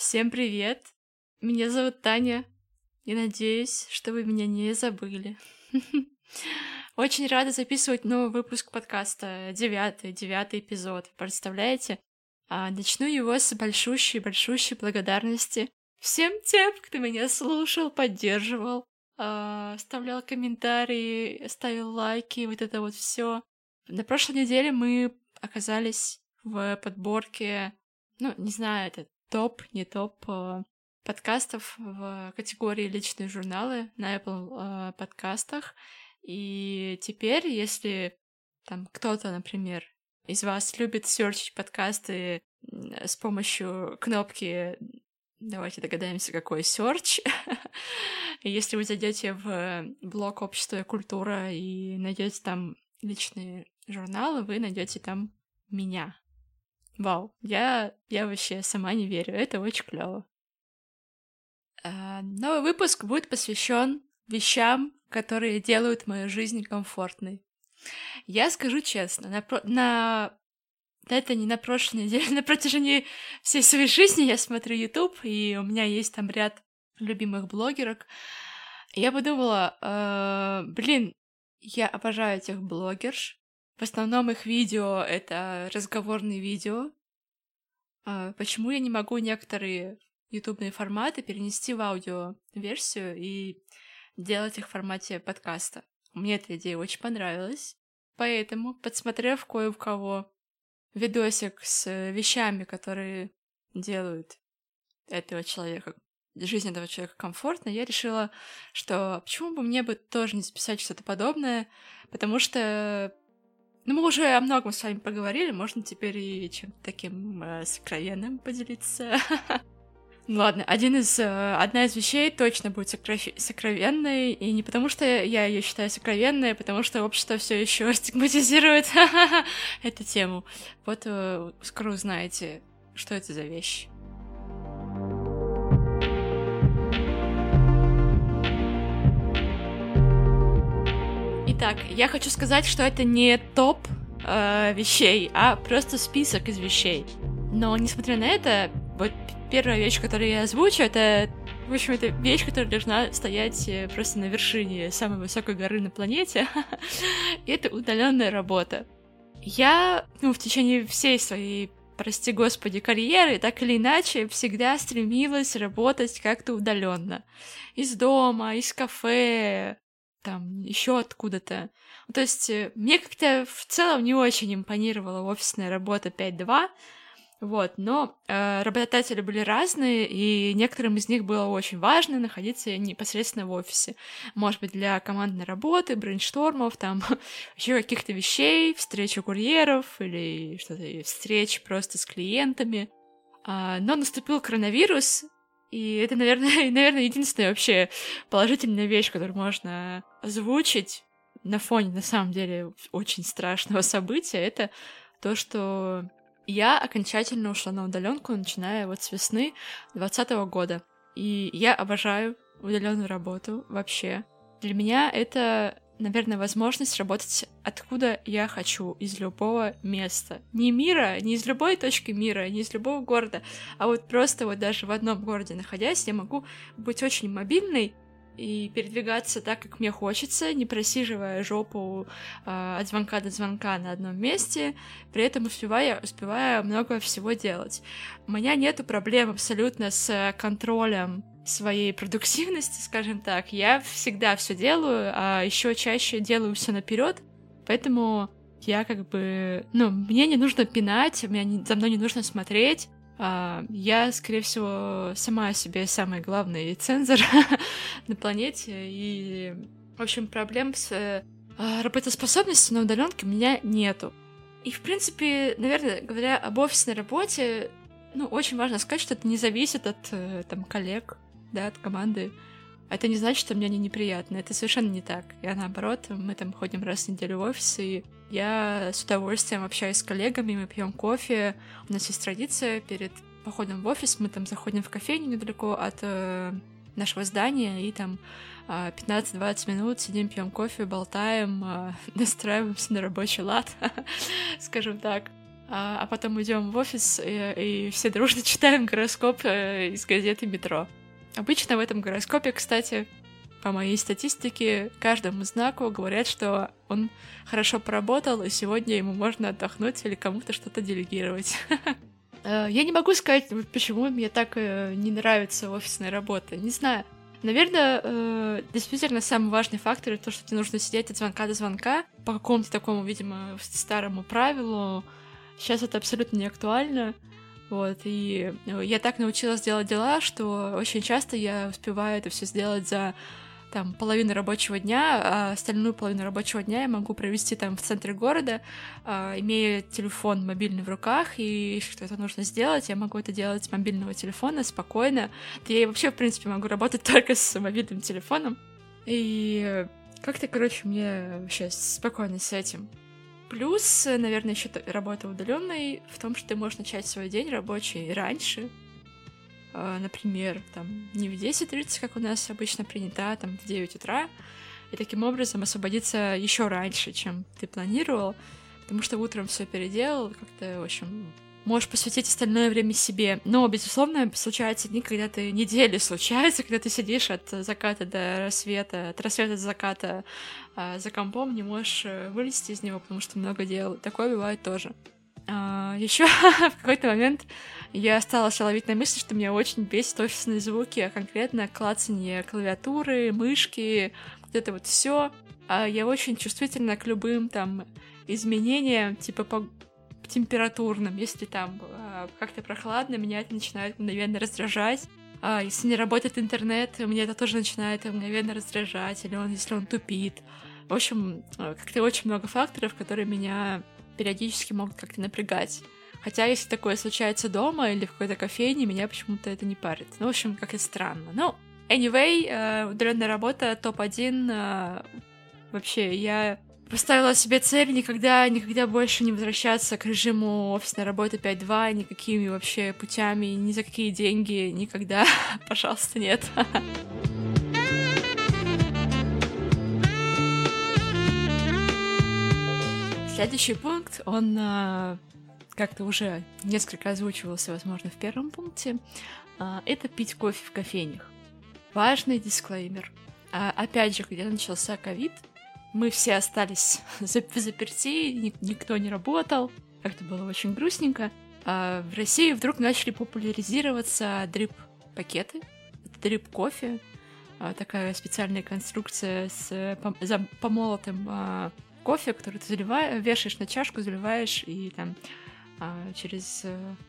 Всем привет! Меня зовут Таня, и надеюсь, что вы меня не забыли. Очень рада записывать новый выпуск подкаста, девятый эпизод, представляете? Начну его с большущей благодарности всем тем, кто меня слушал, поддерживал, оставлял комментарии, ставил лайки, вот это вот все. На прошлой неделе мы оказались в подборке, не знаю, это топ, не топ, подкастов в категории «Личные журналы» на Apple подкастах. И теперь, если там кто-то, например, из вас любит серчить подкасты с помощью кнопки, давайте догадаемся, какой search. Если вы зайдете в блог «Общество и культура» и найдете там личные журналы, вы найдете там меня. Вау, я вообще сама не верю, это очень клево. Новый выпуск будет посвящен вещам, которые делают мою жизнь комфортной. Я скажу честно, это не на прошлой неделе, на протяжении всей своей жизни я смотрю YouTube, и у меня есть там ряд любимых блогерок. Я подумала, я обожаю этих блогерш. В основном их видео — это разговорные видео. Почему я не могу некоторые ютубные форматы перенести в аудиоверсию и делать их в формате подкаста? Мне эта идея очень понравилась. Поэтому, подсмотрев кое у кого видосик с вещами, которые делают жизнь этого человека комфортной, я решила, что почему бы мне тоже не записать что-то подобное, потому что мы уже о многом с вами поговорили, можно теперь и чем-то таким сокровенным поделиться. Ладно, одна из вещей точно будет сокровенной, и не потому что я ее считаю сокровенной, а потому что общество все еще стигматизирует эту тему. Вот скоро узнаете, что это за вещь. Итак, я хочу сказать, что это не топ вещей, а просто список из вещей. Но, несмотря на это, вот первая вещь, которую я озвучу, это вещь, которая должна стоять просто на вершине самой высокой горы на планете. И это удаленная работа. Я, в течение всей своей, прости господи, карьеры, так или иначе, всегда стремилась работать как-то удаленно. Из дома, из кафе, там, еще откуда-то. То есть мне как-то в целом не очень импонировала офисная работа 5-2, но работодатели были разные, и некоторым из них было очень важно находиться непосредственно в офисе. Может быть, для командной работы, брейнштормов, там, еще каких-то вещей, встречи курьеров или что-то, встреч просто с клиентами. Но наступил коронавирус, и это, наверное, единственная вообще положительная вещь, которую можно озвучить на фоне, на самом деле, очень страшного события, это то, что я окончательно ушла на удаленку, начиная с весны 2020 года. И я обожаю удаленную работу вообще. Для меня это, наверное, возможность работать откуда я хочу, из любого места. Не мира, не из любой точки мира, не из любого города, а просто даже в одном городе находясь, я могу быть очень мобильной и передвигаться так, как мне хочется, не просиживая жопу от звонка до звонка на одном месте, при этом успевая много всего делать. У меня нету проблем абсолютно с контролем своей продуктивности, скажем так. Я всегда все делаю, а еще чаще делаю все наперед, поэтому я мне не нужно пинать, за мной не нужно смотреть. Я, скорее всего, сама себе самый главный цензор на планете, и, в общем, проблем с работоспособностью на удаленке у меня нету. И, в принципе, наверное, говоря об офисной работе, очень важно сказать, что это не зависит от коллег, да, от команды. Это не значит, что мне они неприятны. Это совершенно не так. Я наоборот, мы там ходим раз в неделю в офис, и я с удовольствием общаюсь с коллегами, мы пьем кофе. У нас есть традиция перед походом в офис, мы там заходим в кофейню недалеко от нашего здания, и там 15-20 минут сидим, пьем кофе, болтаем, настраиваемся на рабочий лад, скажем так. а потом идем в офис и все дружно читаем гороскоп из газеты «Метро». Обычно в этом гороскопе, кстати, по моей статистике, каждому знаку говорят, что он хорошо поработал, и сегодня ему можно отдохнуть или кому-то что-то делегировать. Я не могу сказать, почему мне так не нравится офисная работа. Не знаю. Наверное, действительно самый важный фактор — это то, что тебе нужно сидеть от звонка до звонка по какому-то такому, видимо, старому правилу. Сейчас это абсолютно не актуально. Вот, и я так научилась делать дела, что очень часто я успеваю это все сделать за там половину рабочего дня, а остальную половину рабочего дня я могу провести там в центре города, имея телефон мобильный в руках, и если что-то нужно сделать, я могу это делать с мобильного телефона спокойно. Я вообще, в принципе, могу работать только с мобильным телефоном. И как-то, короче, мне вообще спокойно с этим. Плюс, наверное, еще работа удаленной в том, что ты можешь начать свой день рабочий раньше. Например, там не в 10:30, как у нас обычно принято, а там в 9 утра, и таким образом освободиться еще раньше, чем ты планировал, потому что утром все переделал, как-то, в общем, можешь посвятить остальное время себе. Но, безусловно, случаются дни, когда недели случаются, когда ты сидишь от заката до рассвета, от рассвета до заката за компом, не можешь вылезти из него, потому что много дел. Такое бывает тоже. Еще в какой-то момент я стала ловить на мысли, что меня очень бесит офисные звуки, а конкретно клацанье клавиатуры, мышки, вот это вот все. Я очень чувствительна к любым там изменениям, типа по температурным. Если там как-то прохладно, меня это начинает мгновенно раздражать. Если не работает интернет, меня это тоже начинает мгновенно раздражать, или если он тупит. В общем, как-то очень много факторов, которые меня периодически могут как-то напрягать. Хотя, если такое случается дома или в какой-то кофейне, меня почему-то это не парит. Ну, в общем, как и странно. Ну, anyway, удаленная работа топ-1. Вообще, я поставила себе цель никогда больше не возвращаться к режиму офисной работы 5-2, никакими вообще путями, ни за какие деньги, никогда. Пожалуйста, нет. Следующий пункт, он как-то уже несколько озвучивался, возможно, в первом пункте. Это пить кофе в кофейнях. Важный дисклеймер. Опять же, когда начался ковид, мы все остались заперти, никто не работал, как-то было очень грустненько. В России вдруг начали популяризироваться дрип-пакеты, дрип-кофе, такая специальная конструкция с помолотым кофе, который ты вешаешь на чашку, заливаешь, и там через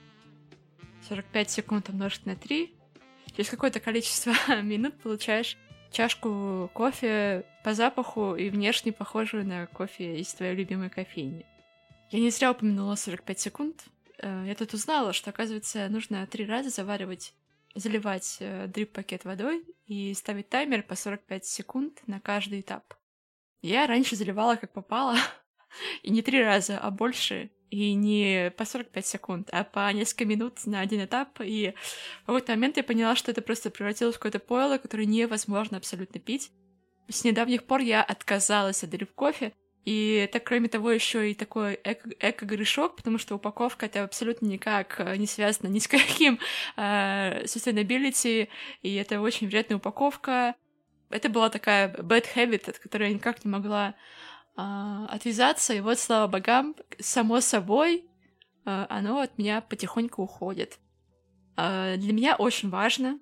45 секунд умножить на 3, через какое-то количество минут получаешь чашку кофе по запаху и внешне похожую на кофе из твоей любимой кофейни. Я не зря упомянула 45 секунд. Я тут узнала, что, оказывается, нужно 3 раза заливать дрип-пакет водой и ставить таймер по 45 секунд на каждый этап. Я раньше заливала как попало, и не 3 раза, а больше, и не по 45 секунд, а по несколько минут на один этап, и в какой-то момент я поняла, что это просто превратилось в какое-то пойло, которое невозможно абсолютно пить. С недавних пор я отказалась от дрип-кофе, и это, кроме того, еще и такой эко-грешок, потому что упаковка — это абсолютно никак не связано ни с каким sustainability, и это очень вредная упаковка. Это была такая bad habit, от которой я никак не могла отвязаться, и вот, слава богам, само собой, оно от меня потихоньку уходит. Для меня очень важно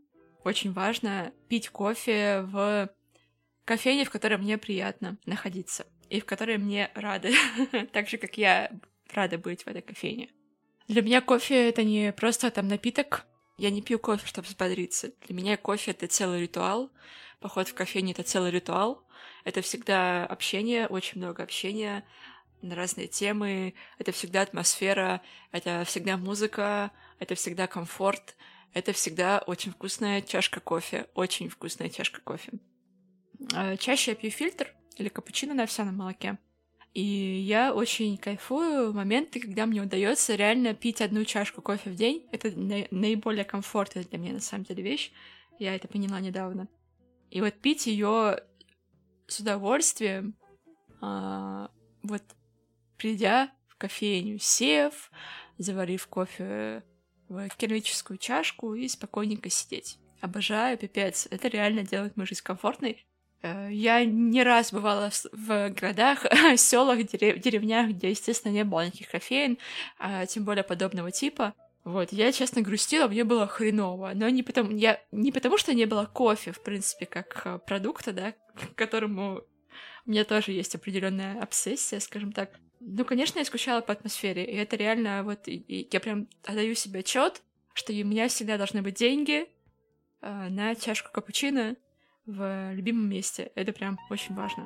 пить кофе в кофейне, в которой мне приятно находиться, и в которой мне рады, так же, как я рада быть в этой кофейне. Для меня кофе — это не просто там напиток. Я не пью кофе, чтобы взбодриться. Для меня кофе — это целый ритуал. Поход в кофейню — это целый ритуал. Это всегда общение, очень много общения на разные темы. Это всегда атмосфера, это всегда музыка, это всегда комфорт. Это всегда очень вкусная чашка кофе. Очень вкусная чашка кофе. Чаще я пью фильтр или капучино на овсяном молоке. И я очень кайфую в моменты, когда мне удается реально пить 1 чашку кофе в день. Это наиболее комфортная для меня, на самом деле, вещь. Я это поняла недавно. И вот пить ее с удовольствием, вот придя в кофейню, сев, заварив кофе в керамическую чашку и спокойненько сидеть. Обожаю, пипец. Это реально делает мою жизнь комфортной. Я не раз бывала в городах, селах, деревнях, где, естественно, не было никаких кофеин, тем более подобного типа. Вот, я, честно, грустила, мне было хреново, но не потому, что не было кофе, в принципе, как продукта, да, к которому у меня тоже есть определенная обсессия, скажем так. Ну, конечно, я скучала по атмосфере, и это реально вот... И я прям отдаю себе отчет, что у меня всегда должны быть деньги на чашку капучино в любимом месте. Это прям очень важно.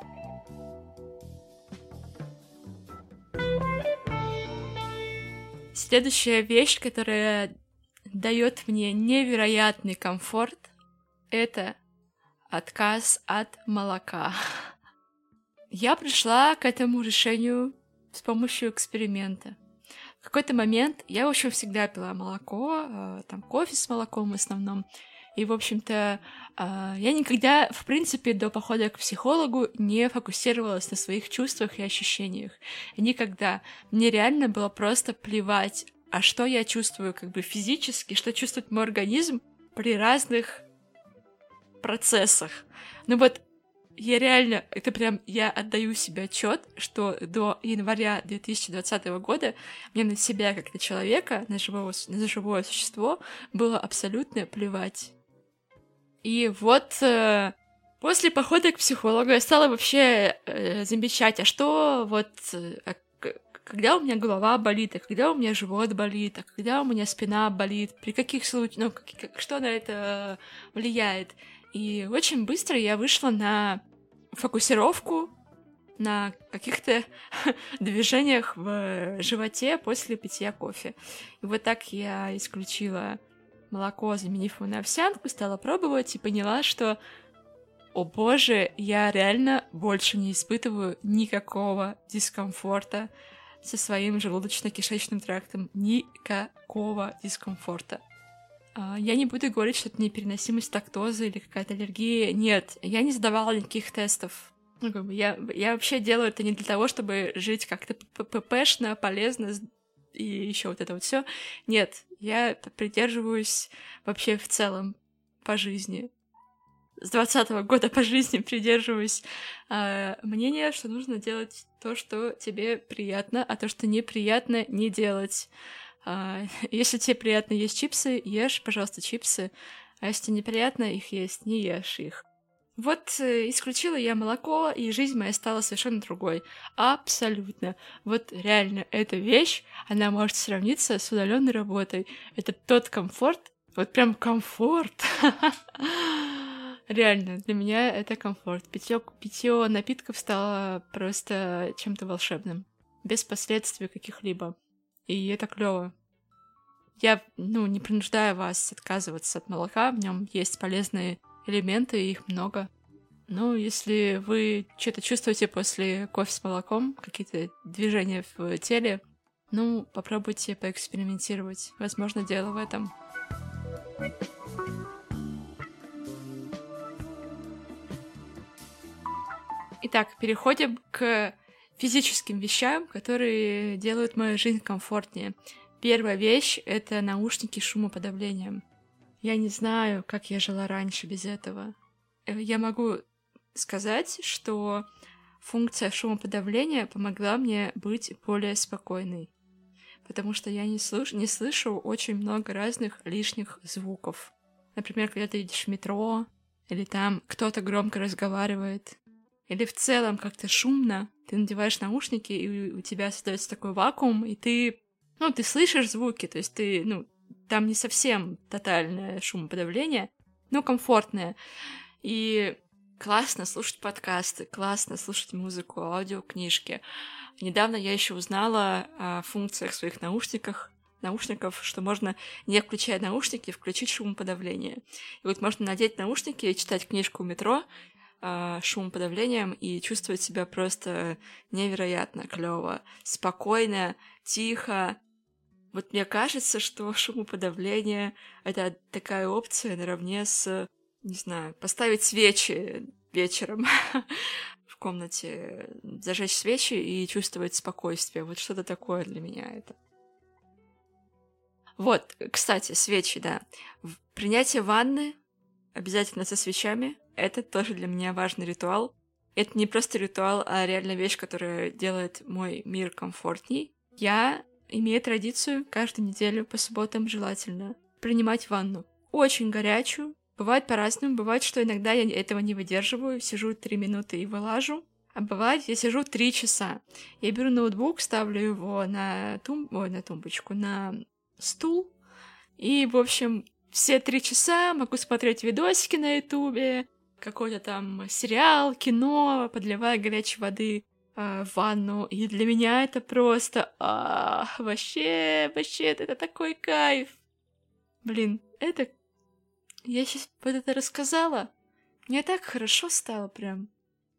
Следующая вещь, которая дает мне невероятный комфорт, это отказ от молока. Я пришла к этому решению с помощью эксперимента. В какой-то момент я, в общем, всегда пила молоко, там кофе с молоком в основном. И, в общем-то, я никогда, в принципе, до похода к психологу не фокусировалась на своих чувствах и ощущениях. Никогда. Мне реально было просто плевать, а что я чувствую как бы физически, что чувствует мой организм при разных процессах. Ну вот, я реально, это прям, я отдаю себе отчет, что до января 2020 года мне на себя, как на человека, на живое существо, было абсолютно плевать. И вот после похода к психологу я стала вообще замечать, а что вот, когда у меня голова болит, а когда у меня живот болит, а когда у меня спина болит, при каких случаях, ну, что на это влияет. И очень быстро я вышла на фокусировку на каких-то движениях в животе после питья кофе. И вот так я исключила молоко, заменив его на овсянку, стала пробовать и поняла, что, о боже, я реально больше не испытываю никакого дискомфорта со своим желудочно-кишечным трактом. Никакого дискомфорта. Я не буду говорить, что это непереносимость лактозы или какая-то аллергия. Нет, я не сдавала никаких тестов. Ну, как бы я вообще делаю это не для того, чтобы жить как-то ППшно, полезно и еще вот это вот все. Нет, я придерживаюсь вообще в целом по жизни. С 2020 года по жизни придерживаюсь мнения, что нужно делать то, что тебе приятно, а то, что неприятно, не делать. Если тебе приятно есть чипсы, ешь, пожалуйста, чипсы. А если тебе неприятно их есть, не ешь их. Вот исключила я молоко, и жизнь моя стала совершенно другой. Абсолютно. Вот реально, эта вещь, она может сравниться с удаленной работой. Это тот комфорт, вот прям комфорт. Реально, для меня это комфорт. Питье напитков стало просто чем-то волшебным. Без последствий каких-либо. И это клево. Я, не принуждаю вас отказываться от молока, в нем есть полезные элементы, их много. Но если вы что-то чувствуете после кофе с молоком, какие-то движения в теле, попробуйте поэкспериментировать. Возможно, дело в этом. Итак, переходим к физическим вещам, которые делают мою жизнь комфортнее. Первая вещь — это наушники с шумоподавлением. Я не знаю, как я жила раньше без этого. Я могу сказать, что функция шумоподавления помогла мне быть более спокойной, потому что я не слышу очень много разных лишних звуков. Например, когда ты едешь в метро, или там кто-то громко разговаривает, или в целом как-то шумно, ты надеваешь наушники, и у тебя создается такой вакуум, и ты слышишь звуки, то есть ты, там не совсем тотальное шумоподавление, но комфортное. И классно слушать подкасты, классно слушать музыку, аудиокнижки. Недавно я еще узнала о функциях своих наушников, что можно, не включая наушники, включить шумоподавление. И вот можно надеть наушники и читать книжку в метро, шумоподавлением и чувствовать себя просто невероятно клёво, спокойно, тихо. Вот мне кажется, что шумоподавление — это такая опция наравне с, не знаю, поставить свечи вечером, в комнате зажечь свечи и чувствовать спокойствие. Вот что-то такое для меня это. Вот, кстати, свечи, да. Принятие ванны обязательно со свечами. Это тоже для меня важный ритуал. Это не просто ритуал, а реально вещь, которая делает мой мир комфортней. Я имею традицию каждую неделю по субботам желательно принимать ванну. Очень горячую. Бывает по-разному. Бывает, что иногда я этого не выдерживаю. Сижу 3 минуты и вылажу. А бывает, я сижу 3 часа. Я беру ноутбук, ставлю его на тумбочку, на стул. И, в общем, все 3 часа могу смотреть видосики на ютубе, какой-то там сериал, кино, подливая горячей воды в ванну. И для меня это просто... вообще, это такой кайф. Блин, это... Я сейчас вот это рассказала. Мне так хорошо стало прям.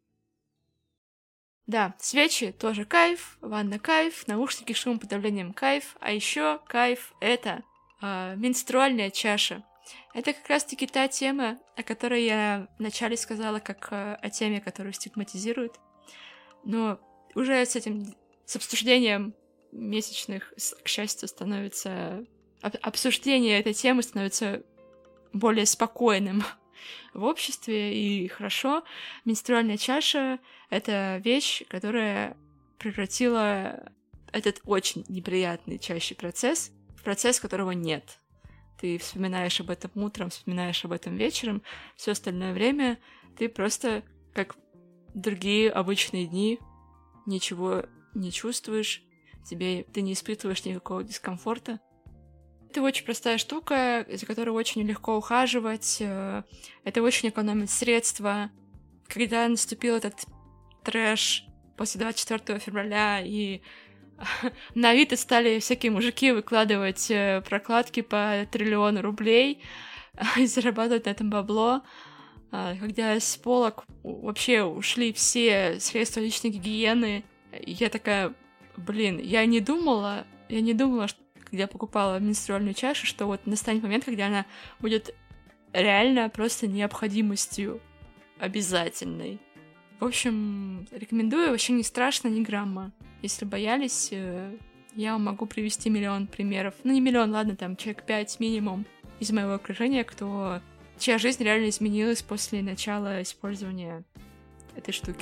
Да, свечи тоже кайф, ванна кайф, наушники с шумоподавлением кайф, а еще кайф — это менструальная чаша. Это как раз-таки та тема, о которой я вначале сказала, как о теме, которую стигматизируют. Но уже с обсуждением месячных, к счастью, становится... Обсуждение этой темы становится более спокойным в обществе, и хорошо. Менструальная чаша — это вещь, которая превратила этот очень неприятный чаще процесс в процесс, которого нет. Ты вспоминаешь об этом утром, вспоминаешь об этом вечером, все остальное время ты просто, как другие обычные дни, ничего не чувствуешь, ты не испытываешь никакого дискомфорта. Это очень простая штука, за которой очень легко ухаживать, это очень экономит средства. Когда наступил этот трэш после 24 февраля, и на Авито стали всякие мужики выкладывать прокладки по 1 триллиону рублей и зарабатывать на этом бабло, когда с полок вообще ушли все средства личной гигиены, я такая, я не думала, что когда я покупала менструальную чашу, что вот настанет момент, когда она будет реально просто необходимостью обязательной. В общем, рекомендую, вообще не страшно, ни грамма. Если боялись, я вам могу привести миллион примеров. Ну, не миллион, ладно, там человек 5 минимум из моего окружения, чья жизнь реально изменилась после начала использования этой штуки.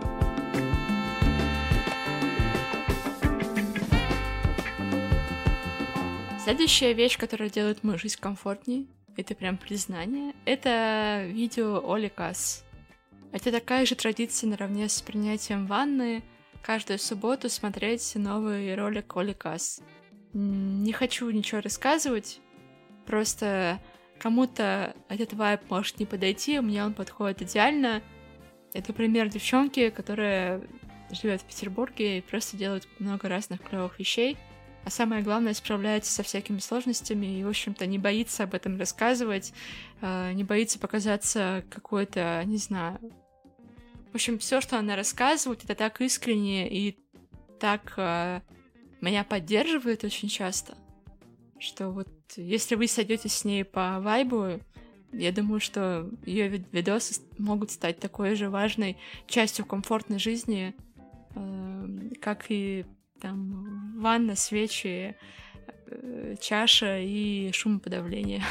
Следующая вещь, которая делает мою жизнь комфортнее, это прям признание, это видео Оли Касс. Это такая же традиция наравне с принятием ванны, каждую субботу смотреть новый ролик Оли Касс. Не хочу ничего рассказывать, просто кому-то этот вайб может не подойти, у меня он подходит идеально. Это пример девчонки, которая живет в Петербурге и просто делает много разных клевых вещей. А самое главное, справляется со всякими сложностями и, в общем-то, не боится об этом рассказывать, не боится показаться какой-то, не знаю... В общем, все, что она рассказывает, это так искренне и так меня поддерживает очень часто, что вот если вы сойдетесь с ней по вайбу, я думаю, что ее видосы могут стать такой же важной частью комфортной жизни, как и там ванна, свечи, чаша и шумоподавление.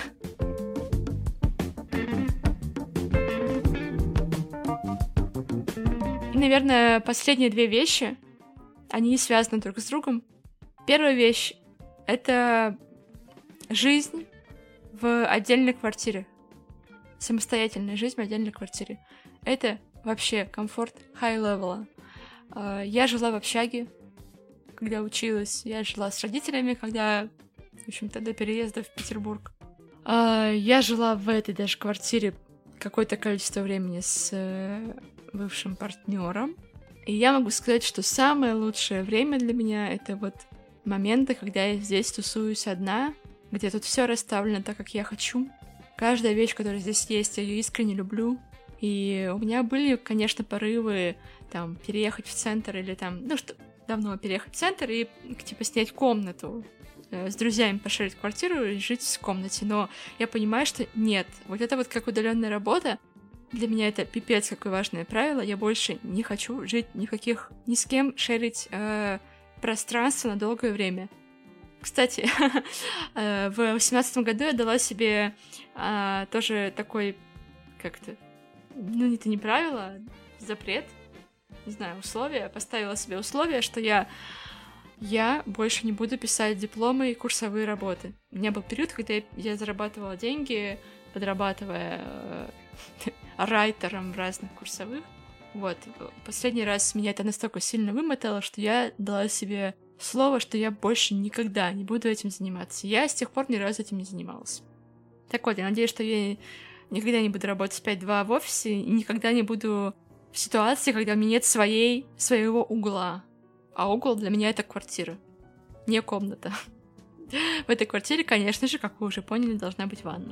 И, наверное, последние 2 вещи, они связаны друг с другом. Первая вещь — это жизнь в отдельной квартире. Самостоятельная жизнь в отдельной квартире. Это вообще комфорт high-level. Я жила в общаге, когда училась. Я жила с родителями, когда, в общем-то, до переезда в Петербург. Я жила в этой даже квартире какое-то количество времени с бывшим партнером. И я могу сказать, что самое лучшее время для меня — это вот моменты, когда я здесь тусуюсь одна, где тут все расставлено так, как я хочу. Каждая вещь, которая здесь есть, я ее искренне люблю. И у меня были, конечно, порывы там переехать в центр или там, давно переехать в центр и, типа, снять комнату, с друзьями пошарить квартиру и жить в комнате. Но я понимаю, что нет. Вот это вот как удаленная работа, Для меня это пипец какое важное правило. Я больше не хочу жить ни с кем шерить пространство на долгое время. Кстати, в 18 году я дала себе тоже такой, как-то, ну, это не правило, запрет, не знаю, условие. Поставила себе условие, что я больше не буду писать дипломы и курсовые работы. У меня был период, когда я зарабатывала деньги, подрабатывая райтером в разных курсовых. Вот. Последний раз меня это настолько сильно вымотало, что я дала себе слово, что я больше никогда не буду этим заниматься. Я с тех пор ни разу этим не занималась. Так вот, я надеюсь, что я никогда не буду работать 5-2 в офисе и никогда не буду в ситуации, когда у меня нет своего угла. А угол для меня — это квартира, не комната. В этой квартире, конечно же, как вы уже поняли, должна быть ванна.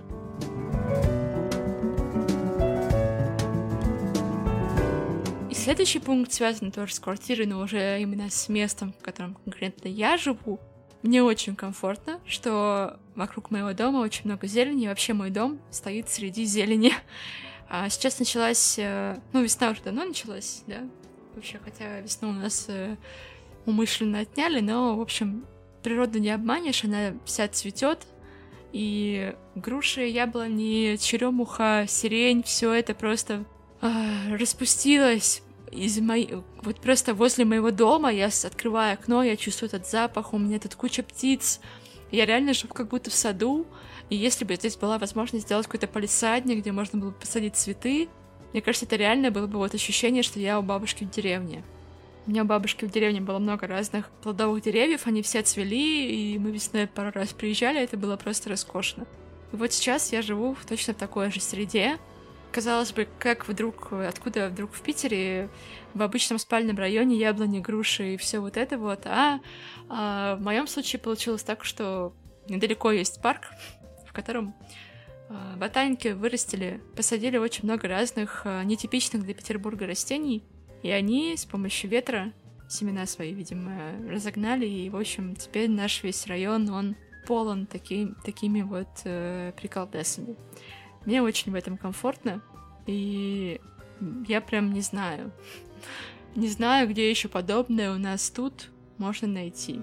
И следующий пункт связан тоже с квартирой, но уже именно с местом, в котором конкретно я живу. Мне очень комфортно, что вокруг моего дома очень много зелени, и вообще мой дом стоит среди зелени. А сейчас началась... Ну, весна уже давно началась, да? Вообще, хотя весну у нас умышленно отняли, но, в общем, природу не обманешь, она вся цветет, и груши, яблони, черемуха, сирень, все это просто распустилось вот просто возле моего дома. Я открываю окно, я чувствую этот запах, у меня тут куча птиц, я реально живу как будто в саду, и если бы здесь была возможность сделать какой-то палисадник, где можно было бы посадить цветы, мне кажется, это реально было бы вот ощущение, что я у бабушки в деревне. У меня у бабушки в деревне было много разных плодовых деревьев, они все цвели, и мы весной пару раз приезжали, это было просто роскошно. И вот сейчас я живу точно в такой же среде. Казалось бы, откуда вдруг в Питере в обычном спальном районе яблони, груши и все вот это вот, в моем случае получилось так, что недалеко есть парк, в котором ботаники посадили очень много разных нетипичных для Петербурга растений, и они с помощью ветра семена свои, видимо, разогнали, и, в общем, теперь наш весь район, он полон такими вот приколдесами. Мне очень в этом комфортно, и я прям не знаю, где еще подобное у нас тут можно найти.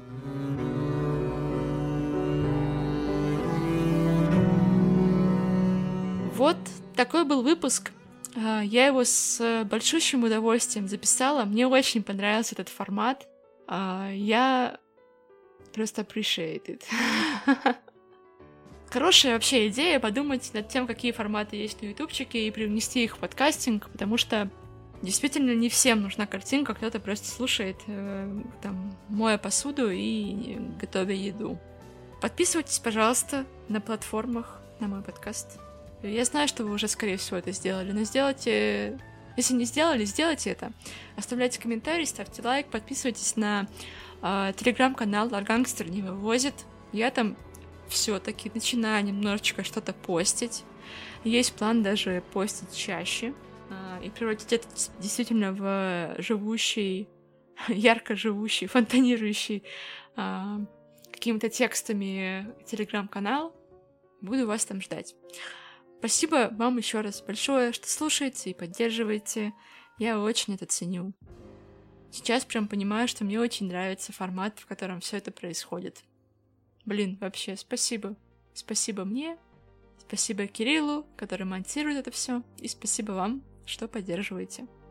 Вот такой был выпуск. Я его с большущим удовольствием записала. Мне очень понравился этот формат. Я просто appreciate it. Хорошая вообще идея подумать над тем, какие форматы есть на ютубчике, и привнести их в подкастинг, потому что действительно не всем нужна картинка, кто-то просто слушает, моя посуду и готовя еду. Подписывайтесь, пожалуйста, на платформах на мой подкаст. Я знаю, что вы уже, скорее всего, это сделали, но сделайте... Если не сделали, сделайте это. Оставляйте комментарии, ставьте лайк, подписывайтесь на телеграм-канал «Ларгангстер не вывозит». Я там все-таки начинаю немножечко что-то постить. Есть план даже постить чаще и превратить это действительно в живущий, ярко живущий, фонтанирующий какими-то текстами телеграм-канал. Буду вас там ждать. Спасибо вам еще раз большое, что слушаете и поддерживаете. Я очень это ценю. Сейчас прям понимаю, что мне очень нравится формат, в котором все это происходит. Вообще, спасибо. Спасибо мне, спасибо Кириллу, который монтирует это все, и спасибо вам, что поддерживаете.